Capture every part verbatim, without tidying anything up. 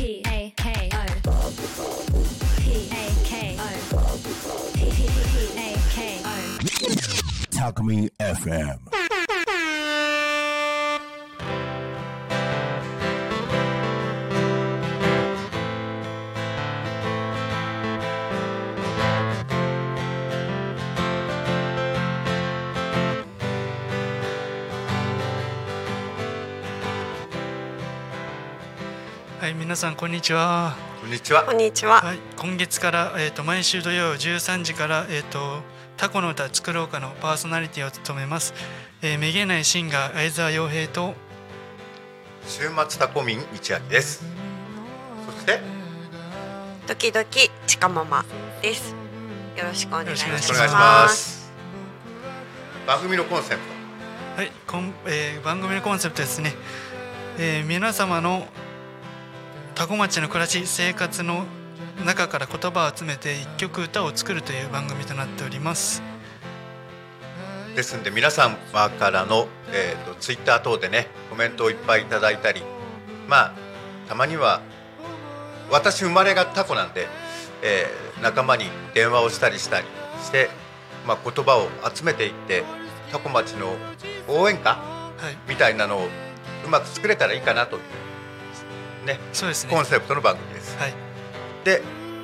P A K O P A K O P A K O タコミ エフエム。 はい、皆さんこんにちは。 こんにちは。 こんにちは。 はい、今月から、えー、と毎週土曜じゅうさんじから、えー、とタコの歌作ろうかのパーソナリティを務めます、えー、めげないシンガー相沢洋平と週末タコミン道明です。そしてドキドキちかママです。よろしくお願いします。 お願いします。番組のコンセプト、 はい、こんえー、番組のコンセプトですね、えー、皆様のタコ町の暮らし生活の中から言葉を集めて一曲歌を作るという番組となっております。 ですんで皆様からの、えー、とツイッター等でねコメントをいっぱいいただいたり、まあたまには私生まれがタコなんで、えー、仲間に電話をしたりしたりして、まあ、言葉を集めていってタコ町の応援歌、はい、みたいなのをうまく作れたらいいかなというね、 そうですね、 コンセプトの番組です。 はい、 で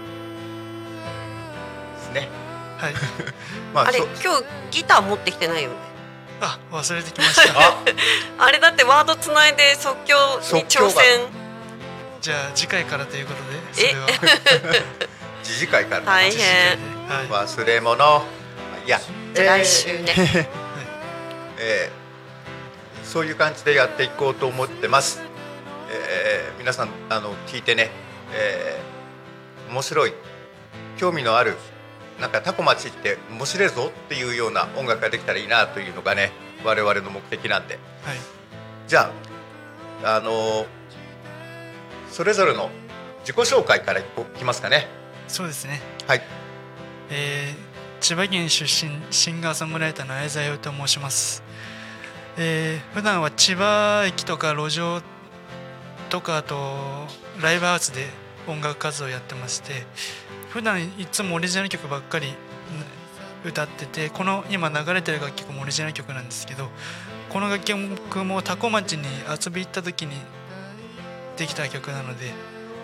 ですね。 はい。 まあ、あれ今日ギター持ってきてないよね。 あ、忘れてきました。 あ, あれだってワードつないで即興に挑戦。 じゃあ次回からということで、それは次回から大変、 はい、忘れ物。いや、 じゃ来週ね。 えー、そういう感じでやっていこうと思ってます。えー、皆さんあの聞いてね、えー、面白い興味のあるなんかタコ町って面白いぞっていうような音楽ができたらいいなというのがね我々の目的なんで、はい、じゃあ、あのー、それぞれの自己紹介からいきますかね。 そうですね、 はい、 えー、千葉県出身シンガーソングライターの相沢洋と申します。えー、普段は千葉駅とか路上とかあとライブハウスで音楽活動をやってまして、普段いつもオリジナル曲ばっかり歌ってて、この今流れてる楽曲もオリジナル曲なんですけど、この楽曲もタコ町に遊び行った時にできた曲なので、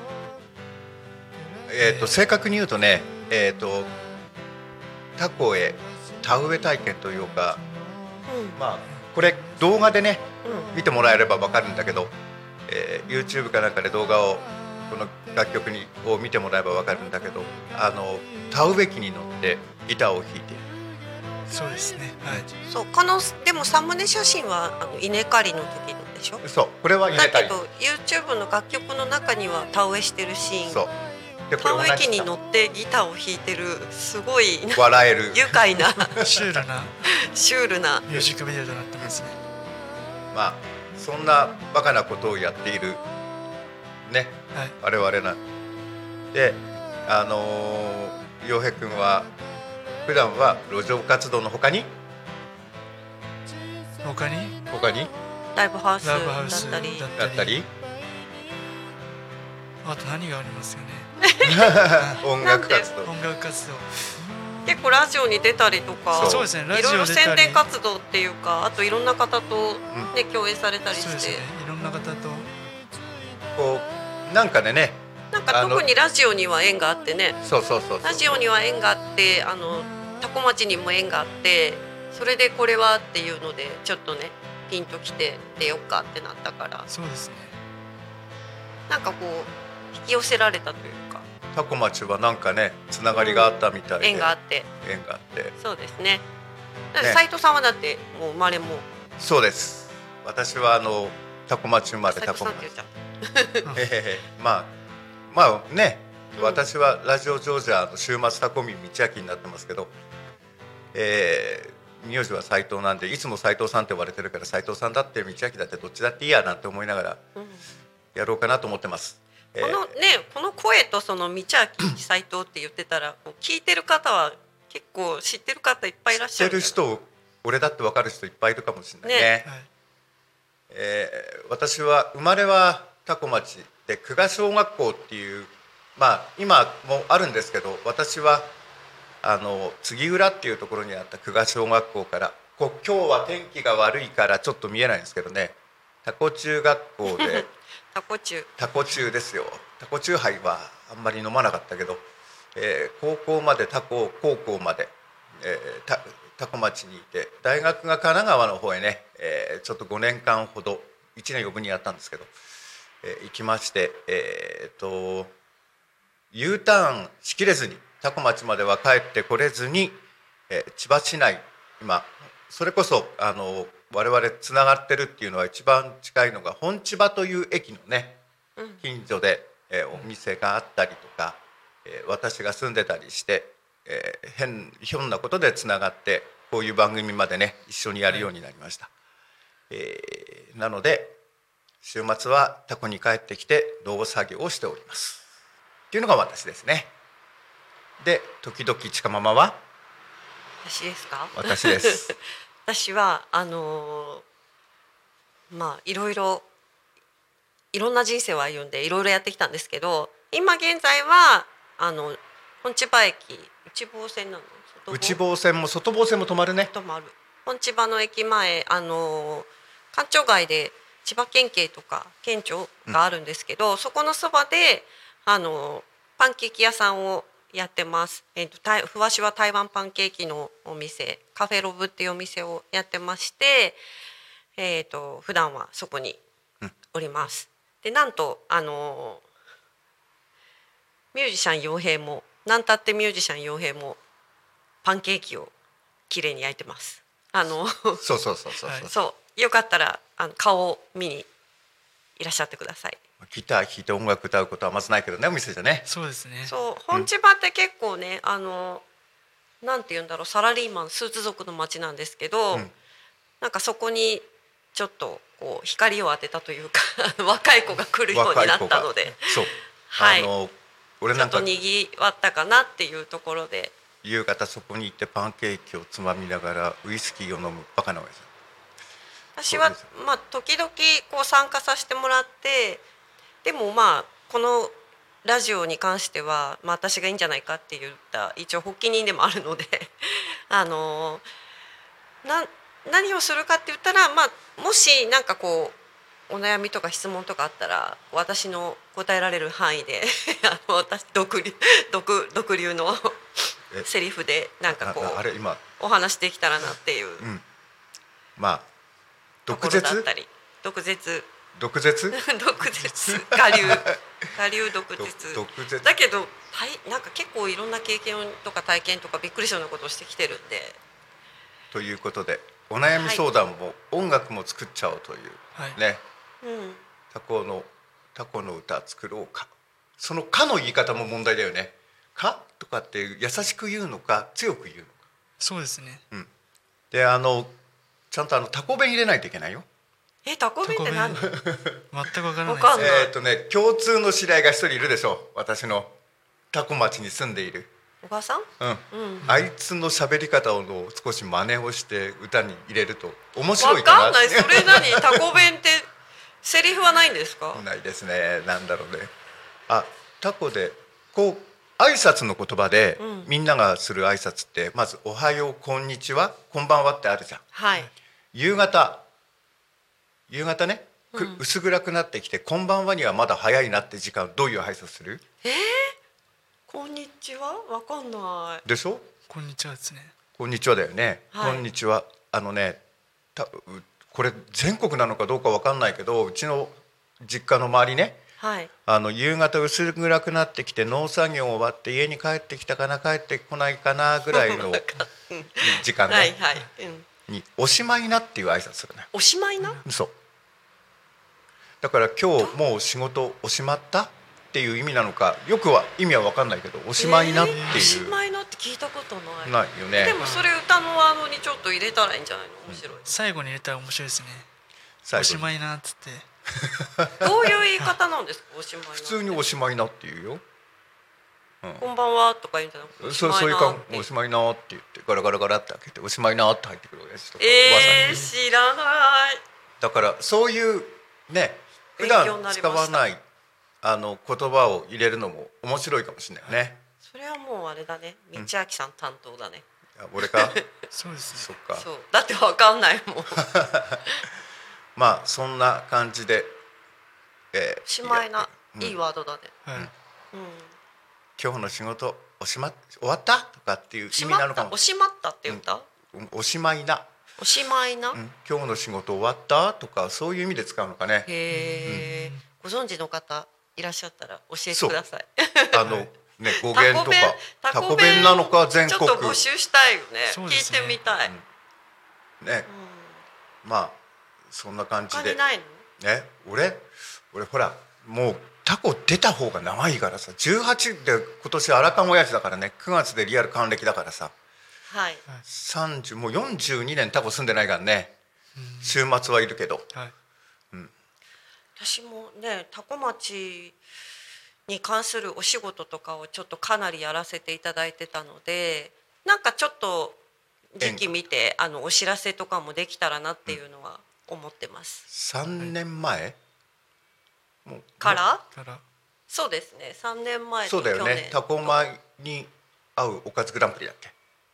えーと、正確に言うとね、えーと、タコへ田植え体験というか、うん、まあこれ動画でね、うん、見てもらえれば分かるんだけど、えー、YouTube かなんかで動画をこの楽曲にを見てもらえば分かるんだけど、あの田植え機に乗ってギターを弾いている。 そうですね、はい、 そうこのでもサムネ写真はあの稲刈りの時のでしょ。 そう、これは稲刈りだけど YouTube の楽曲の中には田植えしてるシーン、そうで田植え機に乗ってギターを弾いてるすごい笑える愉快なシュールなシュールなミュージックビデオとなってますね。 まあそんなバカなことをやっているね、はい、我々なんで、あのー、洋平くんは普段は路上活動の他に他に他にライブハウスだったりだったりあと何がありますよね音楽活動音楽活動結構ラジオに出たりとか、 そうですね、ラジオいろいろ宣伝活動っていうか、あといろんな方と、ねうん、共演されたりして、そうですね、 いろんな方とこうなんかでね、 なんか特にラジオには縁があってね、 そうそうそうそう、 ラジオには縁があって、あのタコ町にも縁があって、それでこれはっていうのでちょっとねピンときて出よっかってなったから、 そうですね、 なんかこう引き寄せられたというか、 タコ町はなんかねつながりがあったみたいで、 うん、縁があって縁があってそうですね。 斉藤さんはだってもう生まれもそうです。私はあのタコ町生まれタコ町まあまあね、うん、私はラジオジョージアの週末タコミン道明になってますけど、えー、名字は斉藤なんでいつも斉藤さんって呼ばれてるから、斉藤さんだって道明だってどっちだっていいやなんて思いながらやろうかなと思ってます。 このね、この声とその道明斉藤って言ってたら聞いてる方は結構知ってる方いっぱいいらっしゃる。 知ってる人、俺だって分かる人いっぱいいるかもしれないね。ね、えー、私は生まれは多古町で久我小学校っていう、まあ今もあるんですけど、私はあの杉浦っていうところにあった久我小学校から、こ今日は天気が悪いからちょっと見えないんですけどね、多古中学校でタコ中多古中ですよ。多古中杯はあんまり飲まなかったけど、えー、高校まで多古高校まで、えー、た多古町にいて、大学が神奈川の方へね、えー、ちょっとごねんかんほどいちねん余分にやったんですけど、えー、行きまして、えー、と U ターンしきれずに多古町までは帰ってこれずに、えー、千葉市内、今それこそあの我々つながってるっていうのは一番近いのが本千葉という駅のね近所で、えー、お店があったりとか、えー、私が住んでたりして、えー、変ひょんなことでつながってこういう番組までね一緒にやるようになりました、えー、なので週末はタコに帰ってきて農作業をしておりますっていうのが私ですね。で時々ちかママは私ですか？ 私です私はあのー、まあいろいろいろんな人生を歩んでいろいろやってきたんですけど、今現在はあの本千葉駅内房線なの内房線も外房線も止まるね。 止まる本千葉の駅前、あの官庁街で千葉県警とか県庁があるんですけど、うん、そこのそばであのパンケーキ屋さんをやってます。えっとふわしは台湾パンケーキのお店、カフェロブっていうお店をやってまして、えっと普段はそこにおります。でなんとあのミュージシャン陽平もなんたってミュージシャン陽平もパンケーキをきれいに焼いてます。あのそうそうそうそうそう、はい、 そうよかったらあの顔を見にいらっしゃってください。 ギター弾いて音楽歌うことはまずないけどね、お店じゃね。 そうですね。 そう本千葉って結構ね、うん、あのなんて言うんだろう、サラリーマンスーツ族の街なんですけど、うん、なんかそこにちょっとこう光を当てたというか若い子が来るようになったので、 そう、 はい、 あの俺なんかちょっとにぎわったかなっていうところで、 夕方そこに行ってパンケーキをつまみながらウイスキーを飲むバカなわけですよ。 私はまあ時々こう参加させてもらって、でもまあこのラジオに関しては、まあ、私がいいんじゃないかって言った一応発起人でもあるのであのな何をするかって言ったら、まあ、もしなんかこうお悩みとか質問とかあったら私の答えられる範囲であの私独流 独, 独流のセリフでなんかこうあれ今お話できたらなっていう、うん、 まあ毒舌だったり毒舌毒舌毒舌我流我流毒舌毒舌だけどなんか結構いろんな経験とか体験とかびっくりしたようなことをしてきてるんで、 ということでお悩み相談も音楽も作っちゃおうという、はい、ね、うん、タコのタコの歌作ろうか。そのかの言い方も問題だよね。かとかって優しく言うのか強く言うのか。 そうですね、 うん、であのちゃんとあのタコ弁入れないといけないよ。 え、タコ弁って何？ 全くわからないです。 えっとね、共通の知り合いが一人いるでしょ。私のタコ町に住んでいるお母さん、 うんうん、あいつの喋り方を少し真似をして歌に入れると面白いかな。 わかんない。それ何？タコ弁ってセリフはないんですか？ ないですね。なんだろうね。あ、タコでこう挨拶の言葉で、うん、みんながする挨拶ってまずおはよう、こんにちは、こんばんはってあるじゃん。 はい。 夕方夕方ね、うん、薄暗くなってきてこんばんはにはまだ早いなって時間、どういう挨拶する？ えー、こんにちは、わかんないでしょ。 こんにちはですね。 こんにちはだよね、はい、こんにちは。あのね、たこれ全国なのかどうかわかんないけど、うちの実家の周りね、 はい、あの夕方薄暗くなってきて農作業終わって家に帰ってきたかな帰ってこないかなぐらいの時間ね、はいはい、うん、におしまいなっていう挨拶するね。 おしまいな、 そうだから今日もう仕事おしまったっていう意味なのかよくは意味は分かんないけど、おしまいなっていう、えー、おしまいなって聞いたことないないよね。 でもそれ歌のワードにちょっと入れたらいいんじゃないの？面白い、うん、 最後に入れたら面白いですね。おしまいなっつってどういう言い方なんですか？おしまいな普通におしまいなって言うよ、 うん、こんばんはとか言うんじゃなくて、 そうそういうかおしまいなって言ってガラガラガラって開けておしまいなって入ってくるやつとか、 えー、知らない。 だからそういうね、 普勉強に段使なりました。 わないあの言葉を入れるのも面白いかもしれないね。 それはもうあれだね、道明さん担当だね。 いや俺かそうですね。 そっか。 そうだってわかんないもん。 まあそんな感じで、えーおしまいな、 うんいいワードだね。 はい。 うん。 今日の仕事おしま終わったとかっていう意しまった、 味なのかも。 おしまったって言った？ うんおしまいな、 おしまいな。 うん、今日の仕事終わったとかそういう意味で使うのかね。 へえ、ご存知の方いらっしゃったら教えてそうください。 あのね語源とかタタココ弁弁なのか全国ちょっと募集したいよね。聞いそうですねてみたい。 うんね、まあそんな感じで他にないの？ ね、俺俺ほらもうタコ出た方が長いからさ、じゅうはちで今年アラカン親父だからね、くがつでリアル還暦だからさ、 はい。 さんじゅうもうよんじゅうにねんタコ住んでないからね。週末はいるけど、 はい。 私もね、多古町に関するお仕事とかをちょっとかなりやらせていただいてたので、なんかちょっと時期見てあのお知らせとかもできたらなっていうのは思ってます。 さんねんまえ、もうからからそうですね、さんねんまえそうだと去年よね、タコ米に合うおかずグランプリだっけ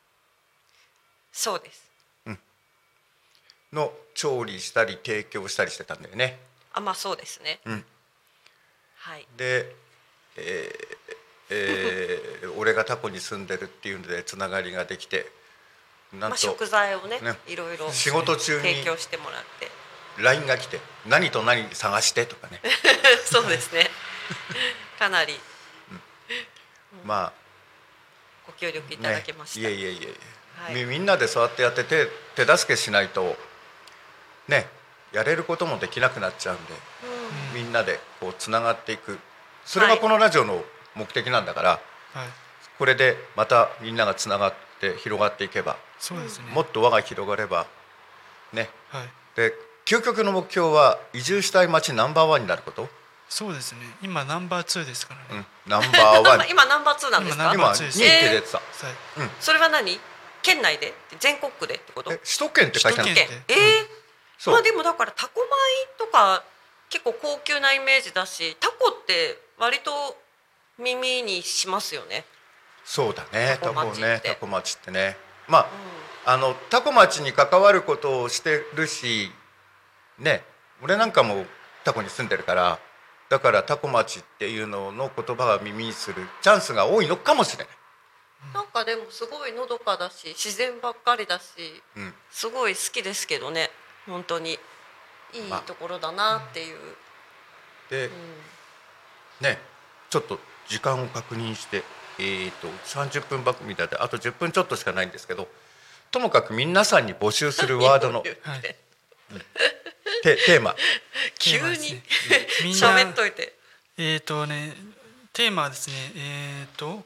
そうです。 の調理したり提供したりしてたんだよね。 あ、まあそうですね。 うん、 はい。 で、えーえー俺がタコに住んでるっていうのでつながりができて、なんまあ、 と食材をねねいろいろ仕事中に提供してもらってライン が来て何と何探してとかねそうですねかなりまご協力いあただきました、 ね、いえいえいえいえ、 はいみみんなでそうやってやって手手助けしないとねやれることもできなくなっちゃうんで、みんなでこうつながっていく、それがこのラジオの目的なんだから、 はい。 これでまたみんながつながって広がっていけば、 そうですね。 もっと輪が広がればね。 はい。 で究極の目標は移住したい町ナンバーワンになること、 そうですね。今ナンバーツーですからね。 うん、ナンバーワン今ナンバーツーなんですか？ 今ナンバーツーです今にいって出てた、 はい。 それは何？県内で全国区でってこと？ え首都圏って書いてある首都県。 圏えーそう、 まあでもだからタコ米とか結構高級なイメージだし、タコって割と耳にしますよね。 そうだね、タコタコ町ってねタコ町ってね、まあ、あのタコ町に関わることをしてるしね、俺なんかもタコに住んでるから、だからタコ町っていうのの言葉が耳にするチャンスが多いのかもしれない。 なんかでもすごいのどかだし自然ばっかりだし、 うんすごい好きですけどね、本当にいいまあところだなっていう、 で、 うんね、ちょっと時間を確認して、えー、とさんじゅっぷん番組だってあとじゅっぷんちょっとしかないんですけど、ともかく皆さんに募集するワードの言ってはいテテーマ、 急テーマですにねみんな喋っといて。 えーとね、テーマはですね、えーと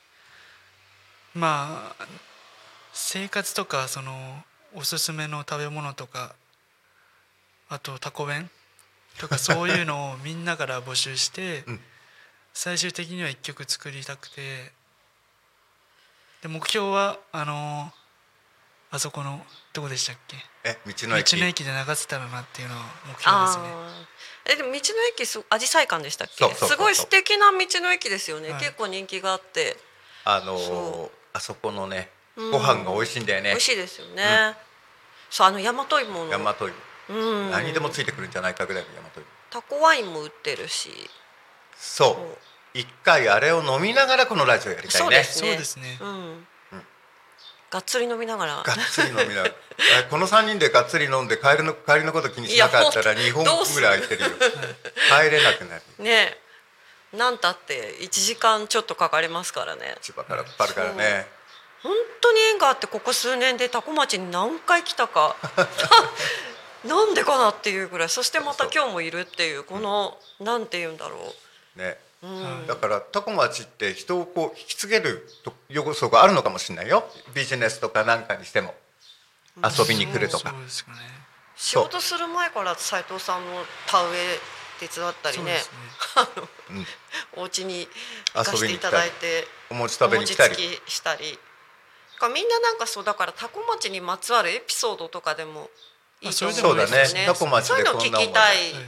まあ生活とかそのおすすめの食べ物とか、あとタコ弁とかそういうのをみんなから募集して、 うん最終的にはいっきょく作りたくて、で目標はあのあそこのどこでしたっけ、 え道の駅道の駅で流せたらなっていうのが目標ですね。 あーえでも道の駅すあじさい館でしたっけ？ そうそうそうそうすごい素敵な道の駅ですよね、 はい結構人気があってあのーそうあそこのねうんご飯が美味しいんだよね美味。しいですよね、そうあの大和芋の大和芋、 うん何でもついてくるんじゃないかぐらいの大和芋。 タコワインも売ってるし、 そうそう一回あれを飲みながらこのラジオやりたいね。 そうですねそうですねうんがっつり飲みながらがっつり飲みながらえこのさんにんでがっつり飲んで帰りの帰りのこと気にしなかったらいやにほんどうするぐらい空いてるよ帰れなくなる。 ねえなんたっていちじかんちょっとかかりますからね。 千葉からパるからね。 本当に縁があって、ここ数年でタコ町に何回来たかなんでかなっていうぐらい、そしてまた今日もいるっていうこのなんて言うんだろね、 う、うん、 だからタコ町って人をこう引きつけると要素があるのかもしれないよ。ビジネスとかなんかにしても遊びに来るとかそうですかね。 仕事する前から斉藤さんの田植え手伝ったりねそうですね。 あのうんお家に行かせていただいてお餅食べに来たりお餅つきしたりかみんななんかそうだからタコ町にまつわるエピソードとかでもいいと思うんですよね。 あそれでもいいですねタコ町でそういうのを聞きたいはい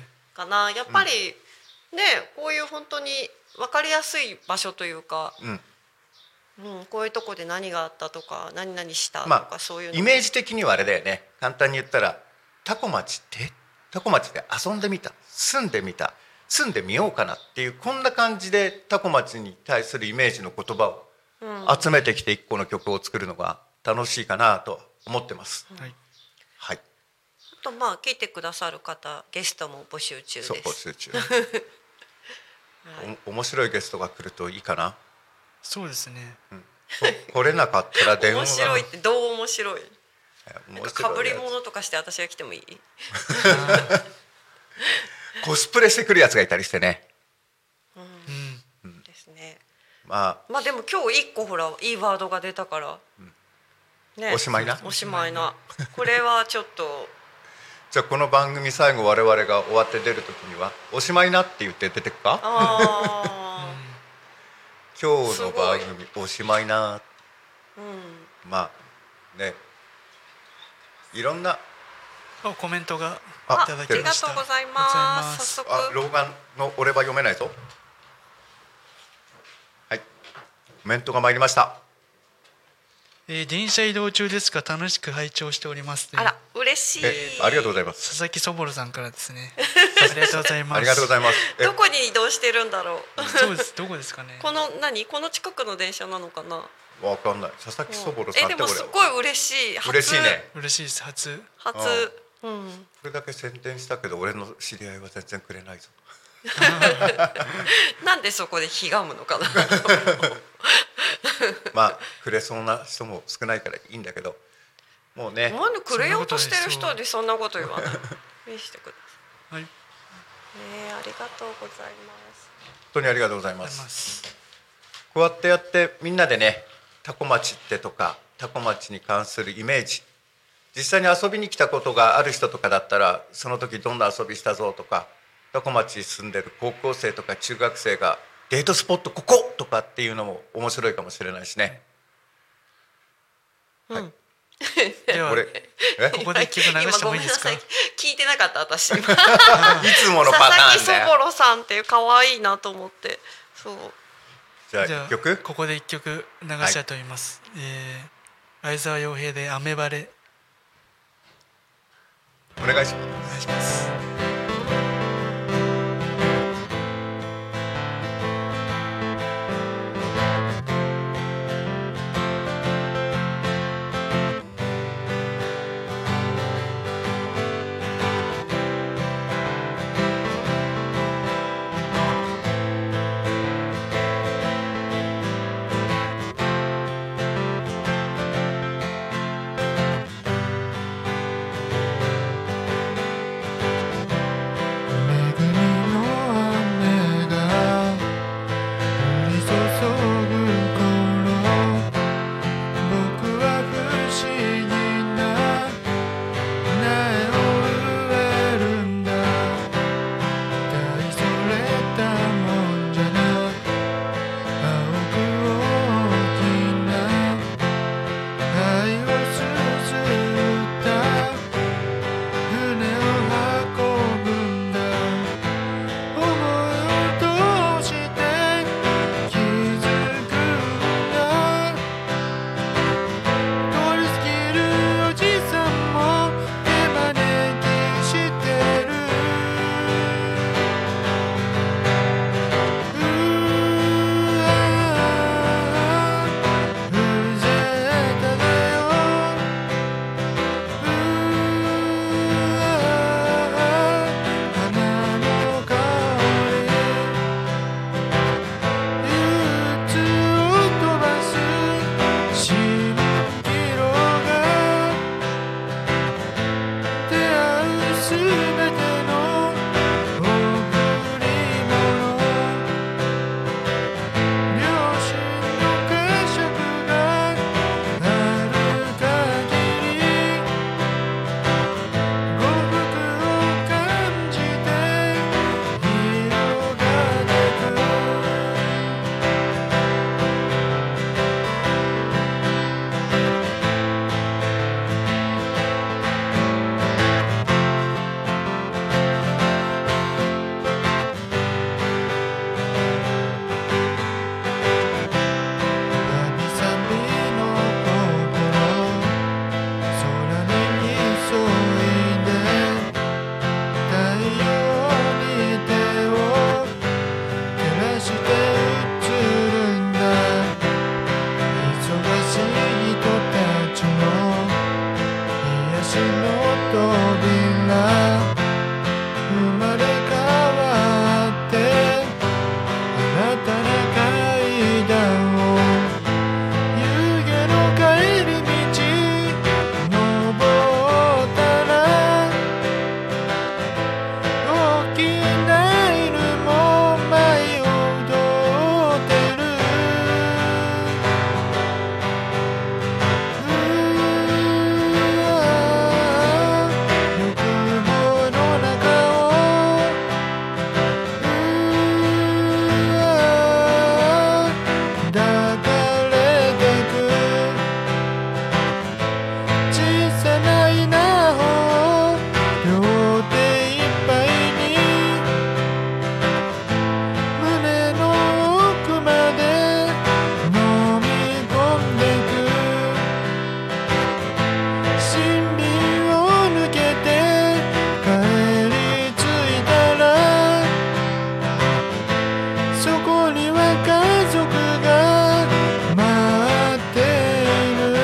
かな。やっぱりね、こういう本当に分かりやすい場所というか、 うんうん、こういうとこで何があったとか何々したとか、 まあそういうのイメージ的にはあれだよね。簡単に言ったらタコ町ってタコ町で遊んでみた、住んでみた、住んでみようかなっていう、こんな感じでタコ町に対するイメージの言葉を集めてきて一個の曲を作るのが楽しいかなと思ってます。 はい、 はい、 あとまあ聞いてくださる方ゲストも募集中です。 そう募集中お面白いゲストが来るといいかな。 そうですね。 こ来れなかったら電話面白いってどう面白い？ 面白いやつかぶり物とかして私が来てもいい？ コスプレしてくるやつがいたりしてね。 うんですね。 まあまあでも今日一個ほらいいワードが出たから、ね、 おしまいな。 おしまいな。これはちょっとじゃあこの番組最後我々が終わって出るときにはおしまいなって言って出てくか。 あ今日の番組おしまいな。 ー、うん、 まあね、いろんなあコメントがあいただありがきました。 とうございありがとうございま。 ますす早速あ老眼の俺は読めないぞ。はい、コメントが参りました。 えー電車移動中ですが楽しく拝聴しておりますというあら嬉しい。 えありがとうございます。 佐々木そぼろさんからですね。ありがとうございます。 ありがとうございます。えどこに移動してるんだろう。 そうです。どこですかね。 この何この近くの電車なのかな。 わかんない。佐々木そぼろさんえってこれでもすごい嬉しい。初嬉しいね。 嬉しいです。初。 初ううん。 これだけ宣伝したけど俺の知り合いは全然くれないぞ。 なんでそこでひがむのかな。 まあくれそうな人も少ないからいいんだけど、もうねなんでくれようとしてる人でそんなこと言わない。見せてください。 はい。 えー、ありがとうございます。 本当にありがとうございま。 ありがとうございますす。 こうやってやってみんなでね、タコ町ってとかタコ町に関するイメージ、実際に遊びに来たことがある人とかだったらその時どんな遊びしたぞとか、タコ町に住んでる高校生とか中学生がデートスポットこことかっていうのも面白いかもしれないしね。 うん。 はいではこれえここで一曲流してもいいですか。 今ごめんなさい聞いてなかった私。今いつものパタ佐々木ーンだよ。 そぼろさんっていう可愛いなと思って。そう。 じゃあじゃあ一曲ここで一曲流したいと思います。えー相沢洋平で雨晴れお願いします。 お願いします。 家族が待ってる。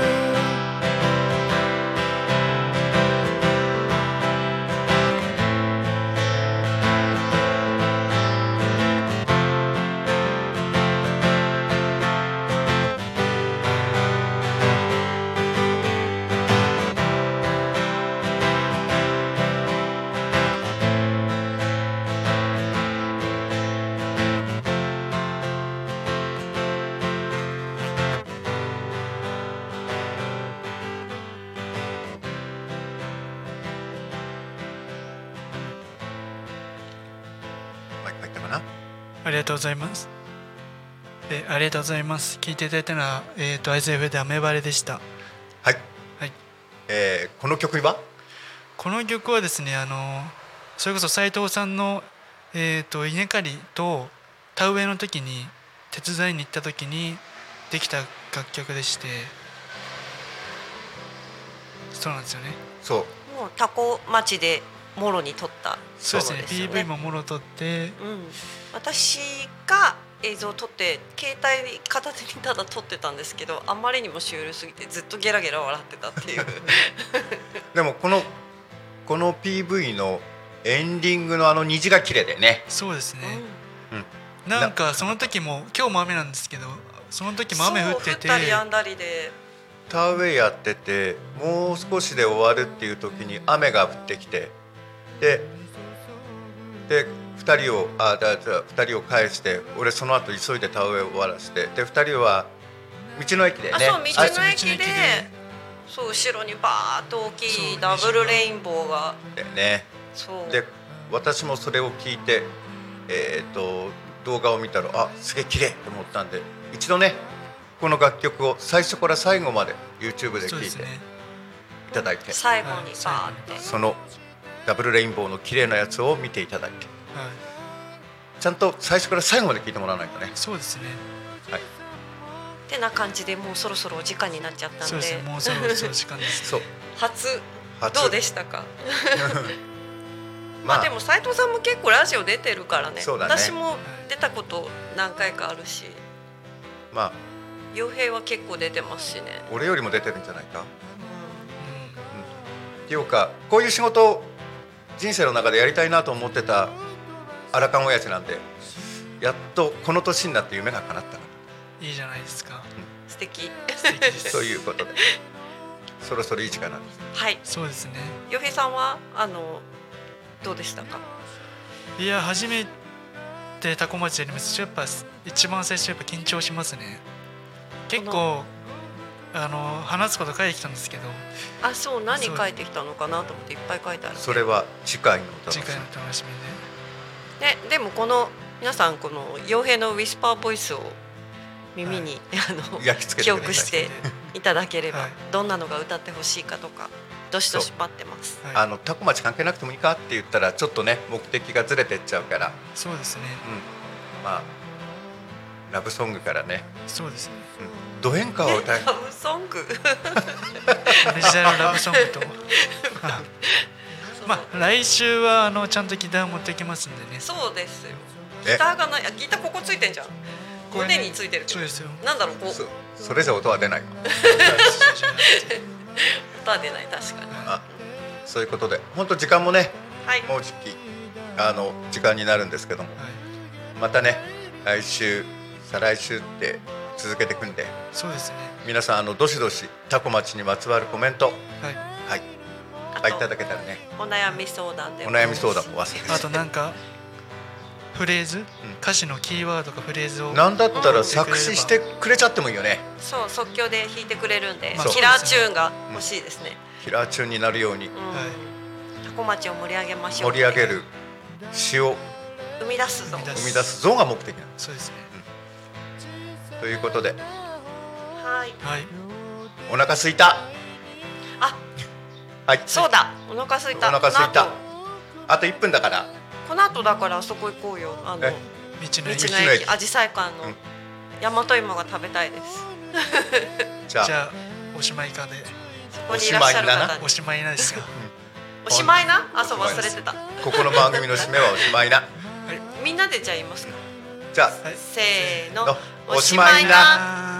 マイク入ったかな。 ありがとうございます。えありがとうございます。聞いていただいたのは、えー、とアイズエフでアメバレでした。 はい、 はい、 えーこの曲はこの曲はですね、あのそれこそ斉藤さんの、えー、と稲刈りと田植えの時に手伝いに行った時にできた楽曲でして、そうなんですよね。 そうもうタコ町でもろに撮ったそうですね。 ものよピーブイ ももろ撮って、 うん、私が映像を撮って携帯片手にただ撮ってたんですけど、あまりにもシュールすぎてずっとゲラゲラ笑ってたっていうでもこのこの ピーブイ のエンディングのあの虹が綺麗でね。 そうですね。 うんなんかその時も今日も雨なんですけど、その時も雨降ってて、 そう降ったりやんだりで、 田植えやっててもう少しで終わるっていう時に雨が降ってきて、ででふたりをあだだふたりを返して、俺その後急いで田植えを終わらせて、でふたりは道の駅でね、 あそう道のあ駅で道の駅でそう後ろにバーッと大きそういダブルレインボーがでね、 そうで私もそれを聞いて、えー、と動画を見たらあすげえ綺麗と思ったんで、一度ねこの楽曲を最初から最後まで YouTube で聴いていそうですね。 ただいて、 最後にバーって、 そのダブルレインボーの綺麗なやつを見ていただいて、 はい、 ちゃんと最初から最後まで聞いてもらわないとね。 そうですね。 はい、 てな感じでもうそろそろお時間になっちゃったんで、 そうですね。もうそろそろ時間です。 そう初初どうでしたか？ままああでも斉藤さんも結構ラジオ出てるからね。 そうだね私も出たこと何回かあるし、 まあ洋平は結構出てますしね。 俺よりも出てるんじゃないか。 うっていうかこういう仕事を人生の中でやりたいなと思ってたアラカン親父なんで、やっとこの年になって夢が叶ったん、いいじゃないですか。 素敵。 素敵です。 ということでそろそろいい時間なんです。 はい。 そうですね。 洋平さんはあのどうでしたか？ いや初めてタコ町やります。やっぱ一番最初やっぱ緊張しますね。結構あの話すこと書いてきたんですけど、 あ、そう何そう書いてきたのかなと思っていっぱい書いてある。 それは次回のお楽しみ次回の楽しみね、でもこの皆さんこの洋平のウィスパーボイスを耳に、あの焼き付け記てください憶していただければ、 はいどんなのが歌ってほしいかとかどしどし待ってます。 で、はい、 あのタコ町関係なくてもいいかって言ったらちょっとね目的がずれてっちゃうから、 そうですね。 うん、まあラブソングからね、 そうですね。 うん、ド演歌を歌いラブソング。 オリジナルラブソングとあまあ来週はあのちゃんとギター持ってきますんでね。 そうですよ。 えギターがない。あ、ギターここついてんじゃん。胸についてる。 そうですよ。 なんだろう、こうそそれじゃ音は出ないわ。 音は出ない、確かに。 あそういうことで本当時間もねはい。 もうじきあの時間になるんですけども、 はい、 またね来週再来週って続けていくんで、 そうですね。 皆さんあのどしどしタコ町にまつわるコメント、 はい。 はい、 あいただけたらね、 とお悩み相談でおも悩み相談も忘れてあとなんかフレーズ、歌詞のキーワードかフレーズをなんだったら作詞してくれちゃってもいいよね。 そう即興で弾いてくれるんで、 まあキラーチューンが欲しいですね。 キラーチューンになるようにうんはいタコ町を盛り上げましょう。 盛り上げる詩を生み出すぞ。 生み出生み出す像が目的なのそうですね。 ということではい。 はい。 お腹すいた。 あ、 はい、 そうだ。お腹空いた。 お腹空いたこの後あといっぷんだからこの後だからあそこ行こうよ。あのえ道の駅。 道の道の駅駅アジサイ館のうん大和芋が食べたいです。 じゃあじゃあおしまいかで。 そこにいらっしゃるおしまいだ方におしまいなんですよ。 おしまいな。あ、そう忘れてた。 ここの番組の締めはおしまいな。 みんなでじゃあ言いますか。 じゃあせーののおしまいな。 あー